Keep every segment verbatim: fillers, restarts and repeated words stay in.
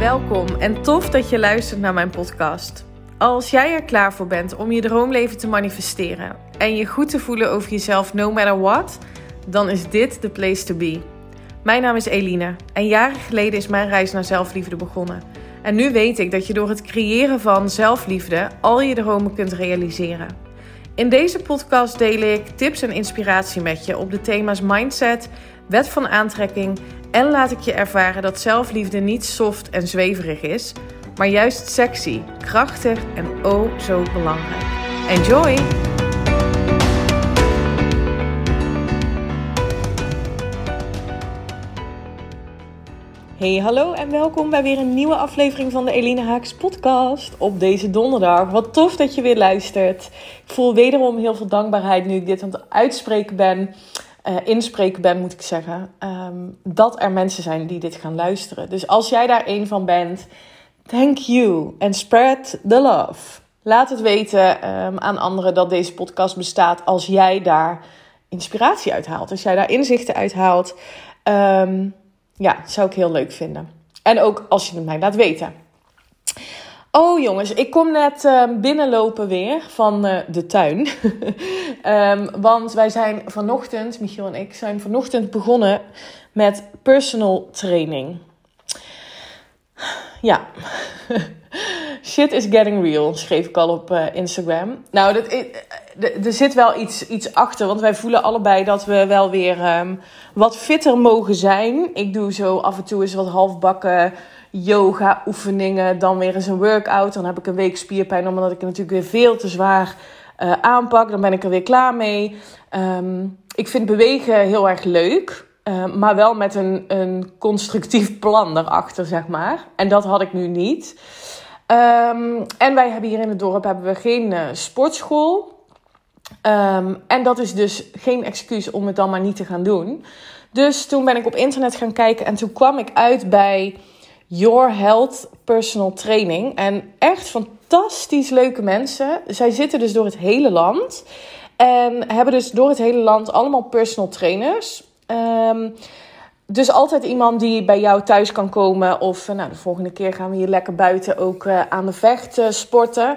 welkom en tof dat je luistert naar mijn podcast. Als jij er klaar voor bent om je droomleven te manifesteren en je goed te voelen over jezelf no matter what, dan is dit de place to be. Mijn naam is Eline en jaren geleden is mijn reis naar zelfliefde begonnen. En nu weet ik dat je door het creëren van zelfliefde al je dromen kunt realiseren. In deze podcast deel ik tips en inspiratie met je op de thema's mindset, wet van aantrekking en laat ik je ervaren dat zelfliefde niet soft en zweverig is, maar juist sexy, krachtig en oh zo belangrijk. Enjoy! Hey, hallo en welkom bij weer een nieuwe aflevering van de Eline Haaks podcast op deze donderdag. Wat tof dat je weer luistert. Ik voel wederom heel veel dankbaarheid nu ik dit aan het uitspreken ben, uh, inspreken ben moet ik zeggen, um, dat er mensen zijn die dit gaan luisteren. Dus als jij daar één van bent, thank you and spread the love. Laat het weten um, aan anderen dat deze podcast bestaat als jij daar inspiratie uit haalt. Als jij daar inzichten uit haalt. Um, Ja, dat zou ik heel leuk vinden. En ook als je het mij laat weten. Oh jongens, ik kom net uh, binnenlopen weer van uh, de tuin. um, want wij zijn vanochtend, Michiel en ik, zijn vanochtend begonnen met personal training. Ja, shit is getting real, schreef ik al op uh, Instagram. Nou, dat, uh, er zit wel iets, iets achter, want wij voelen allebei dat we wel weer um, wat fitter mogen zijn. Ik doe zo af en toe eens wat halfbakken yoga oefeningen, dan weer eens een workout. Dan heb ik een week spierpijn, omdat ik het natuurlijk weer veel te zwaar uh, aanpak. Dan ben ik er weer klaar mee. Um, ik vind bewegen heel erg leuk. Uh, maar wel met een, een constructief plan erachter, zeg maar. En dat had ik nu niet. Um, en wij hebben hier in het dorp hebben we geen uh, sportschool. Um, en dat is dus geen excuus om het dan maar niet te gaan doen. Dus toen ben ik op internet gaan kijken en toen kwam ik uit bij Your Health Personal Training. En echt fantastisch leuke mensen. Zij zitten dus door het hele land. En hebben dus door het hele land allemaal personal trainers. Um, dus altijd iemand die bij jou thuis kan komen. Of nou, de volgende keer gaan we hier lekker buiten ook uh, aan de vecht uh, sporten.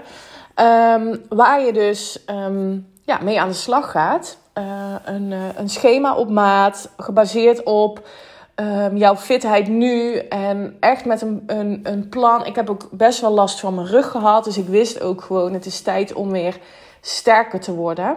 Um, waar je dus um, ja, mee aan de slag gaat. Uh, een, uh, een schema op maat, gebaseerd op um, jouw fitheid nu. En echt met een, een, een plan. Ik heb ook best wel last van mijn rug gehad. Dus ik wist ook gewoon, het is tijd om weer sterker te worden.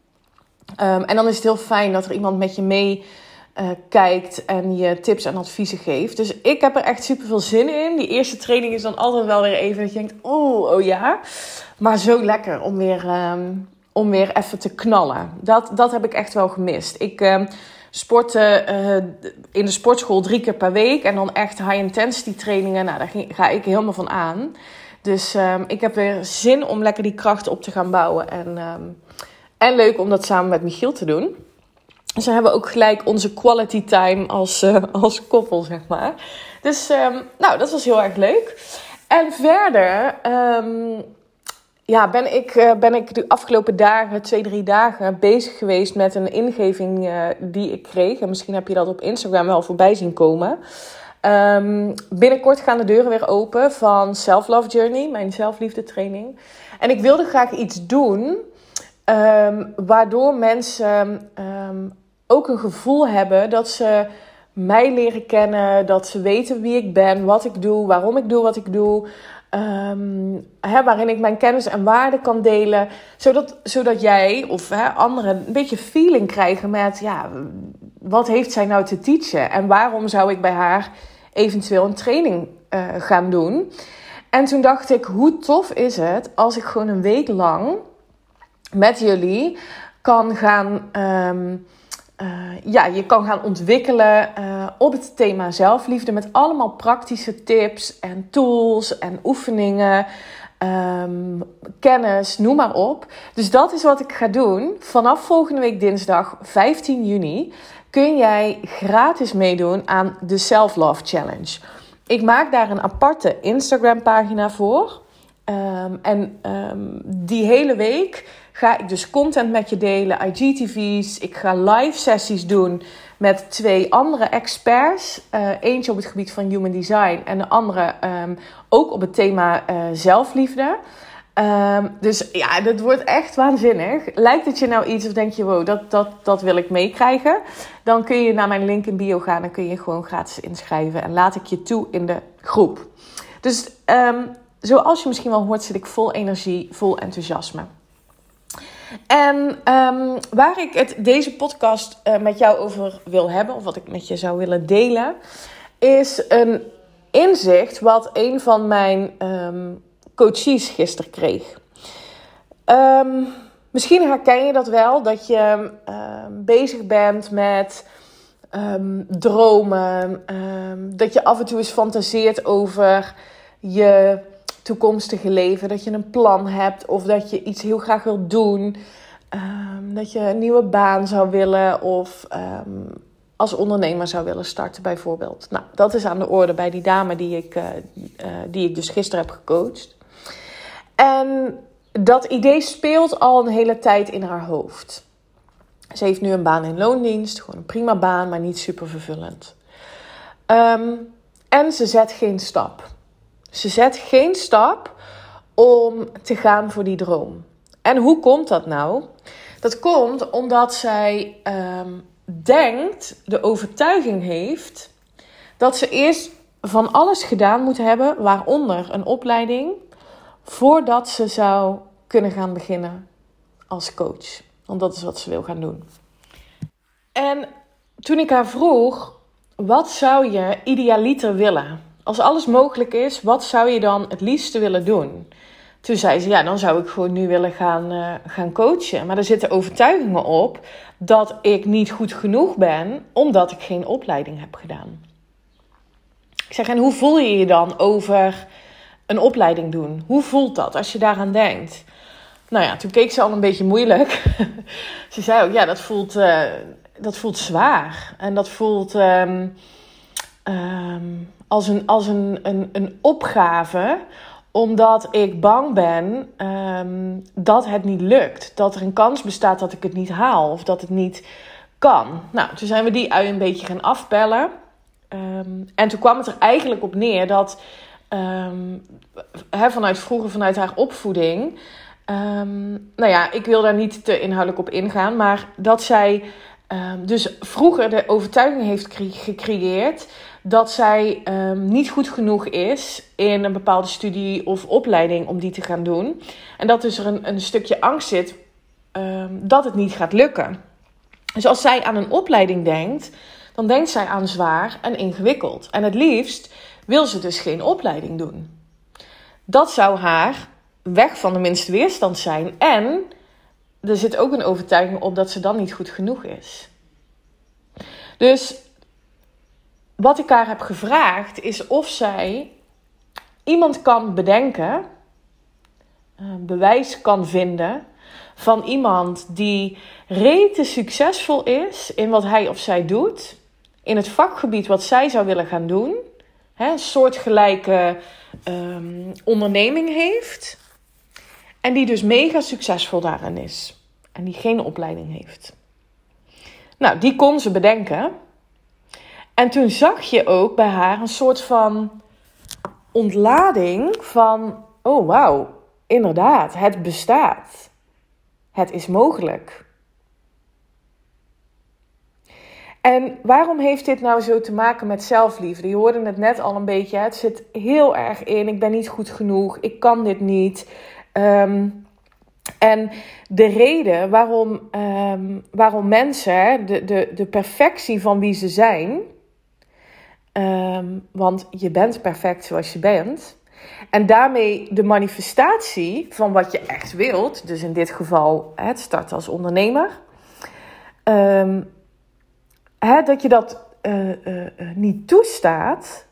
Um, en dan is het heel fijn dat er iemand met je mee uh, kijkt en je tips en adviezen geeft. Dus ik heb er echt super veel zin in. Die eerste training is dan altijd wel weer even dat je denkt, oh, oh ja. Maar zo lekker om weer, um, om weer even te knallen. Dat, dat heb ik echt wel gemist. Ik um, sportte uh, in de sportschool drie keer per week. En dan echt high intensity trainingen. Nou, daar ging, ga ik helemaal van aan. Dus um, ik heb weer zin om lekker die kracht op te gaan bouwen. En... Um, En leuk om dat samen met Michiel te doen. Dus we hebben ook gelijk onze quality time als, uh, als koppel, zeg maar. Dus um, nou, dat was heel erg leuk. En verder um, ja, ben, ik, uh, ben ik de afgelopen dagen, twee, drie dagen bezig geweest met een ingeving uh, die ik kreeg. En misschien heb je dat op Instagram wel voorbij zien komen. Um, binnenkort gaan de deuren weer open van Self Love Journey, mijn zelfliefde training. En ik wilde graag iets doen... Um, waardoor mensen um, ook een gevoel hebben dat ze mij leren kennen. Dat ze weten wie ik ben, wat ik doe, waarom ik doe wat ik doe. Um, hè, waarin ik mijn kennis en waarden kan delen. Zodat, zodat jij of hè, anderen een beetje feeling krijgen met... ja, wat heeft zij nou te teachen? En waarom zou ik bij haar eventueel een training uh, gaan doen? En toen dacht ik, hoe tof is het als ik gewoon een week lang... met jullie kan gaan, um, uh, ja, je kan gaan ontwikkelen uh, op het thema zelfliefde. Met allemaal praktische tips en tools en oefeningen, um, kennis, noem maar op. Dus dat is wat ik ga doen. Vanaf volgende week dinsdag vijftien juni kun jij gratis meedoen aan de Self Love Challenge. Ik maak daar een aparte Instagram pagina voor. Um, en um, die hele week... ga ik dus content met je delen, I G T V's. Ik ga live sessies doen met twee andere experts. Uh, eentje op het gebied van human design en de andere um, ook op het thema uh, zelfliefde. Um, dus ja, dat wordt echt waanzinnig. Lijkt het je nou iets of denk je, wow, dat, dat, dat wil ik meekrijgen? Dan kun je naar mijn link in bio gaan en kun je gewoon gratis inschrijven. En laat ik je toe in de groep. Dus um, zoals je misschien wel hoort, zit ik vol energie, vol enthousiasme. En um, waar ik het deze podcast uh, met jou over wil hebben, of wat ik met je zou willen delen, is een inzicht wat een van mijn um, coaches gisteren kreeg. Um, misschien herken je dat wel, dat je um, bezig bent met um, dromen, um, dat je af en toe eens fantaseert over je toekomstige leven, dat je een plan hebt of dat je iets heel graag wilt doen, um, dat je een nieuwe baan zou willen of um, als ondernemer zou willen starten bijvoorbeeld. Nou, dat is aan de orde bij die dame die ik, uh, uh, die ik dus gisteren heb gecoacht. En dat idee speelt al een hele tijd in haar hoofd. Ze heeft nu een baan in loondienst, gewoon een prima baan, maar niet super vervullend. Um, en ze zet geen stap. Ze zet geen stap om te gaan voor die droom. En hoe komt dat nou? Dat komt omdat zij um, denkt, de overtuiging heeft, dat ze eerst van alles gedaan moet hebben, waaronder een opleiding, voordat ze zou kunnen gaan beginnen als coach. Want dat is wat ze wil gaan doen. En toen ik haar vroeg, wat zou je idealiter willen? Als alles mogelijk is, wat zou je dan het liefste willen doen? Toen zei ze, ja, dan zou ik gewoon nu willen gaan, uh, gaan coachen. Maar er zitten overtuigingen op dat ik niet goed genoeg ben, omdat ik geen opleiding heb gedaan. Ik zeg, en hoe voel je je dan over een opleiding doen? Hoe voelt dat als je daaraan denkt? Nou ja, toen keek ze al een beetje moeilijk. Ze zei ook, ja, dat voelt, uh, dat voelt zwaar. En dat voelt um, um, als, een, als een, een, een opgave, omdat ik bang ben um, dat het niet lukt. Dat er een kans bestaat dat ik het niet haal of dat het niet kan. Nou, toen zijn we die ui een beetje gaan afbellen. Um, en toen kwam het er eigenlijk op neer dat um, he, vanuit vroeger, vanuit haar opvoeding, Um, nou ja, ik wil daar niet te inhoudelijk op ingaan, maar dat zij um, dus vroeger de overtuiging heeft gecreëerd dat zij um, niet goed genoeg is in een bepaalde studie of opleiding om die te gaan doen. En dat dus er een, een stukje angst zit um, dat het niet gaat lukken. Dus als zij aan een opleiding denkt, dan denkt zij aan zwaar en ingewikkeld. En het liefst wil ze dus geen opleiding doen. Dat zou haar weg van de minste weerstand zijn. En er zit ook een overtuiging op dat ze dan niet goed genoeg is. Dus wat ik haar heb gevraagd is of zij iemand kan bedenken, bewijs kan vinden van iemand die rete succesvol is in wat hij of zij doet, in het vakgebied wat zij zou willen gaan doen, hè, een soortgelijke um, onderneming heeft. En die dus mega succesvol daarin is. En die geen opleiding heeft. Nou, die kon ze bedenken. En toen zag je ook bij haar een soort van ontlading van, oh wauw, inderdaad, het bestaat. Het is mogelijk. En waarom heeft dit nou zo te maken met zelfliefde? Je hoorde het net al een beetje, het zit heel erg in, ik ben niet goed genoeg, ik kan dit niet. Um, en de reden waarom, um, waarom mensen de, de, de perfectie van wie ze zijn, um, want je bent perfect zoals je bent, en daarmee de manifestatie van wat je echt wilt, dus in dit geval het starten als ondernemer, um, hè, dat je dat uh, uh, uh, niet toestaat,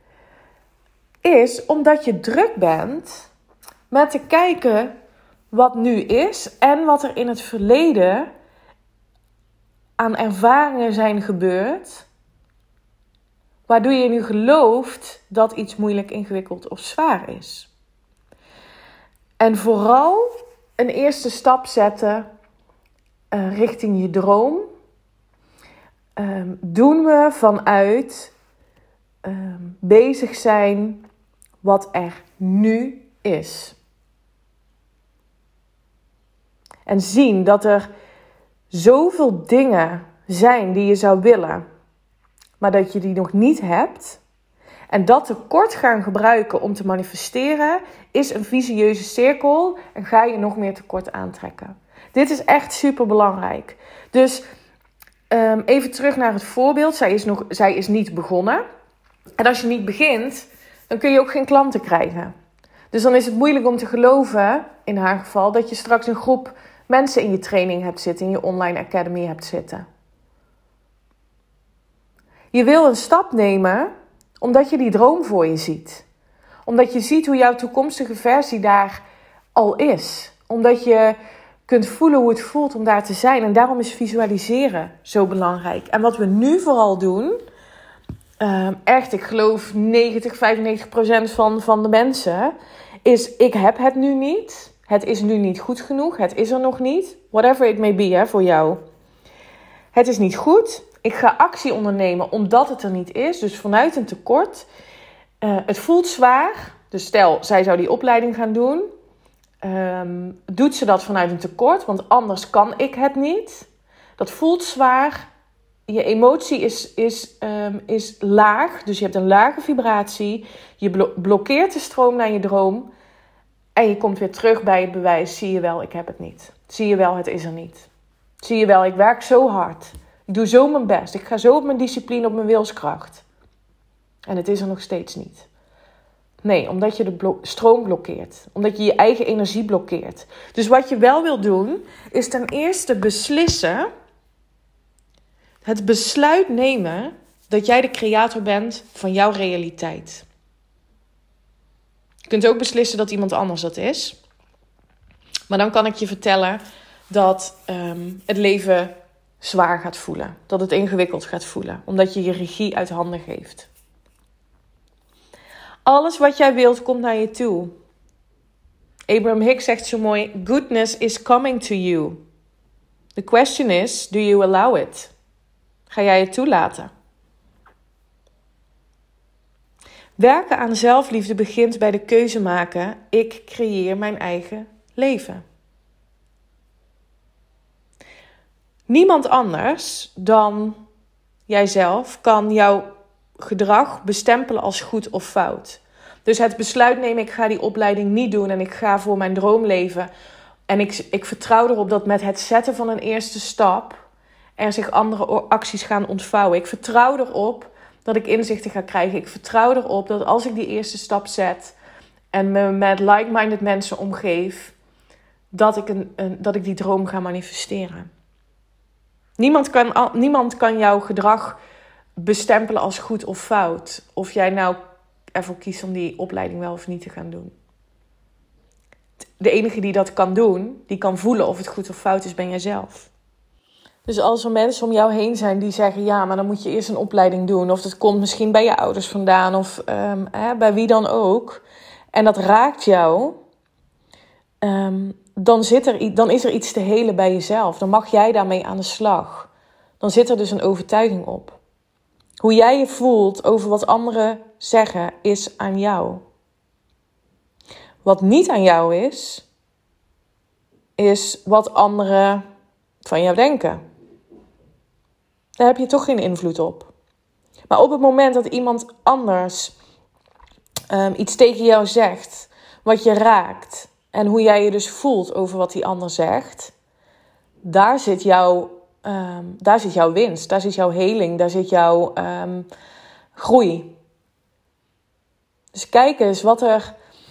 is omdat je druk bent met te kijken wat nu is en wat er in het verleden aan ervaringen zijn gebeurd, waardoor je nu gelooft dat iets moeilijk, ingewikkeld of zwaar is. En vooral een eerste stap zetten uh, richting je droom, um, doen we vanuit um, bezig zijn wat er nu is. En zien dat er zoveel dingen zijn die je zou willen, maar dat je die nog niet hebt. En dat tekort gaan gebruiken om te manifesteren is een visieuze cirkel en ga je nog meer tekort aantrekken. Dit is echt super belangrijk. Dus um, even terug naar het voorbeeld. Zij is, nog, zij is niet begonnen. En als je niet begint, dan kun je ook geen klanten krijgen. Dus dan is het moeilijk om te geloven, in haar geval, dat je straks een groep mensen in je training hebt zitten, in je online academy hebt zitten. Je wil een stap nemen omdat je die droom voor je ziet. Omdat je ziet hoe jouw toekomstige versie daar al is. Omdat je kunt voelen hoe het voelt om daar te zijn. En daarom is visualiseren zo belangrijk. En wat we nu vooral doen, uh, echt, ik geloof negentig, vijfennegentig procent van, van de mensen, is ik heb het nu niet. Het is nu niet goed genoeg. Het is er nog niet. Whatever it may be, hè, voor jou. Het is niet goed. Ik ga actie ondernemen omdat het er niet is. Dus vanuit een tekort. Uh, het voelt zwaar. Dus stel, zij zou die opleiding gaan doen. Um, doet ze dat vanuit een tekort? Want anders kan ik het niet. Dat voelt zwaar. Je emotie is, is, um, is laag. Dus je hebt een lage vibratie. Je blo- blokkeert de stroom naar je droom. En je komt weer terug bij het bewijs. Zie je wel, ik heb het niet. Zie je wel, het is er niet. Zie je wel, ik werk zo hard. Ik doe zo mijn best. Ik ga zo op mijn discipline, op mijn wilskracht. En het is er nog steeds niet. Nee, omdat je de blo- stroom blokkeert. Omdat je je eigen energie blokkeert. Dus wat je wel wil doen, is ten eerste beslissen. Het besluit nemen dat jij de creator bent van jouw realiteit. Je kunt ook beslissen dat iemand anders dat is. Maar dan kan ik je vertellen dat um, het leven zwaar gaat voelen. Dat het ingewikkeld gaat voelen. Omdat je je regie uit handen geeft. Alles wat jij wilt komt naar je toe. Abraham Hicks zegt zo mooi: goodness is coming to you. The question is, do you allow it? Ga jij het toelaten? Werken aan zelfliefde begint bij de keuze maken. Ik creëer mijn eigen leven. Niemand anders dan jijzelf kan jouw gedrag bestempelen als goed of fout. Dus het besluit nemen, ik ga die opleiding niet doen en ik ga voor mijn droom leven. En ik, ik vertrouw erop dat met het zetten van een eerste stap er zich andere acties gaan ontvouwen. Ik vertrouw erop dat ik inzichten ga krijgen. Ik vertrouw erop dat als ik die eerste stap zet en me met like-minded mensen omgeef, dat ik, een, een, dat ik die droom ga manifesteren. Niemand kan, niemand kan jouw gedrag bestempelen als goed of fout. Of jij nou ervoor kiest om die opleiding wel of niet te gaan doen. De enige die dat kan doen, die kan voelen of het goed of fout is, ben jijzelf. Dus als er mensen om jou heen zijn die zeggen, ja, maar dan moet je eerst een opleiding doen. Of dat komt misschien bij je ouders vandaan of um, hè, bij wie dan ook. En dat raakt jou. Um, dan, zit er, dan is er iets te helen bij jezelf. Dan mag jij daarmee aan de slag. Dan zit er dus een overtuiging op. Hoe jij je voelt over wat anderen zeggen, is aan jou. Wat niet aan jou is, is wat anderen van jou denken. Daar heb je toch geen invloed op. Maar op het moment dat iemand anders um, iets tegen jou zegt, wat je raakt, en hoe jij je dus voelt over wat die ander zegt, daar zit jouw, um, daar zit jouw winst, daar zit jouw heling, daar zit jouw um, groei. Dus kijk eens wat er,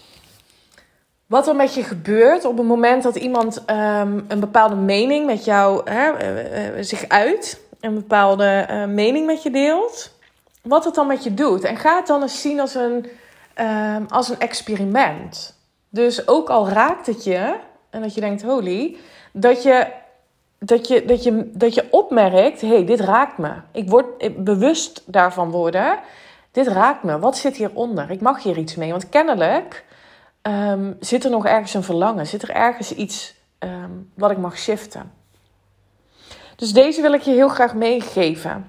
wat er met je gebeurt op het moment dat iemand um, een bepaalde mening met jou hè, uh, uh, zich uit, een bepaalde uh, mening met je deelt, wat het dan met je doet. En ga het dan eens zien als een, um, als een experiment. Dus ook al raakt het je, en dat je denkt, holy, dat je, dat je, dat je, dat je opmerkt, hé, hey, dit raakt me. Ik word bewust daarvan worden, dit raakt me. Wat zit hieronder? Ik mag hier iets mee. Want kennelijk um, zit er nog ergens een verlangen. Zit er ergens iets um, wat ik mag shiften. Dus deze wil ik je heel graag meegeven.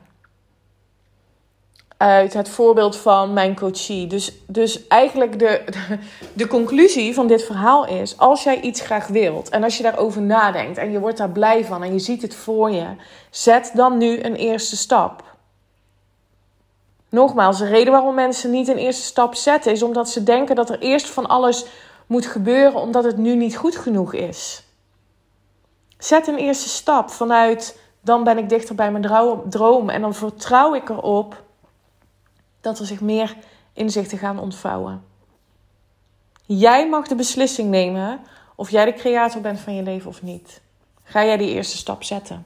Uit het voorbeeld van mijn coachie. Dus, dus eigenlijk de, de, de conclusie van dit verhaal is... als jij iets graag wilt en als je daarover nadenkt... en je wordt daar blij van en je ziet het voor je... zet dan nu een eerste stap. Nogmaals, de reden waarom mensen niet een eerste stap zetten... is omdat ze denken dat er eerst van alles moet gebeuren... omdat het nu niet goed genoeg is. Zet een eerste stap vanuit... dan ben ik dichter bij mijn droom... en dan vertrouw ik erop... dat er zich meer inzichten gaan ontvouwen. Jij mag de beslissing nemen of jij de creator bent van je leven of niet. Ga jij die eerste stap zetten?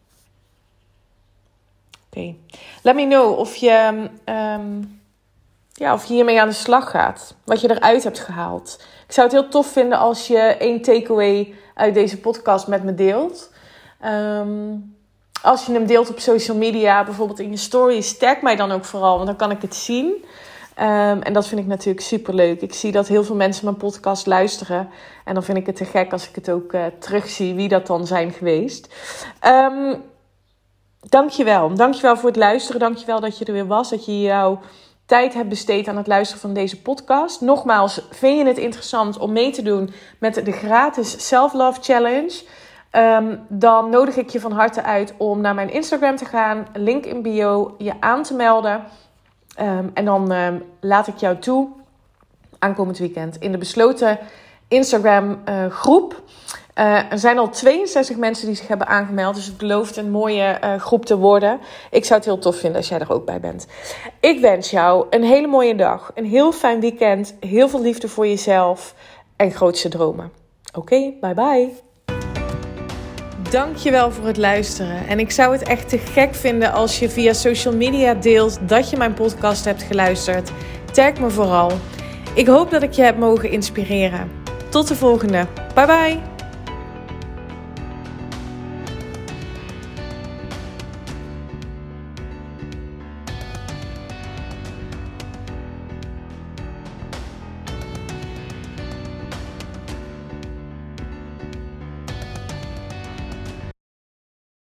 Oké. Okay. Let me know of je, um, ja, of je hiermee aan de slag gaat. Wat je eruit hebt gehaald. Ik zou het heel tof vinden als je één takeaway uit deze podcast met me deelt. Um, Als je hem deelt op social media, bijvoorbeeld in je stories, tag mij dan ook vooral, want dan kan ik het zien. Um, en dat vind ik natuurlijk superleuk. Ik zie dat heel veel mensen mijn podcast luisteren. En dan vind ik het te gek als ik het ook uh, terugzie wie dat dan zijn geweest. Um, dankjewel. Dankjewel voor het luisteren. Dankjewel dat je er weer was. Dat je jouw tijd hebt besteed aan het luisteren van deze podcast. Nogmaals, vind je het interessant om mee te doen met de gratis Self-Love Challenge... Um, dan nodig ik je van harte uit om naar mijn Instagram te gaan. Link in bio, je aan te melden. Um, en dan um, laat ik jou toe, aankomend weekend, in de besloten Instagram uh, groep. Uh, er zijn al tweeënzestig mensen die zich hebben aangemeld. Dus het belooft een mooie uh, groep te worden. Ik zou het heel tof vinden als jij er ook bij bent. Ik wens jou een hele mooie dag. Een heel fijn weekend. Heel veel liefde voor jezelf. En grootste dromen. Oké, okay, bye bye. Dankjewel voor het luisteren. En ik zou het echt te gek vinden als je via social media deelt dat je mijn podcast hebt geluisterd. Tag me vooral. Ik hoop dat ik je heb mogen inspireren. Tot de volgende. Bye bye.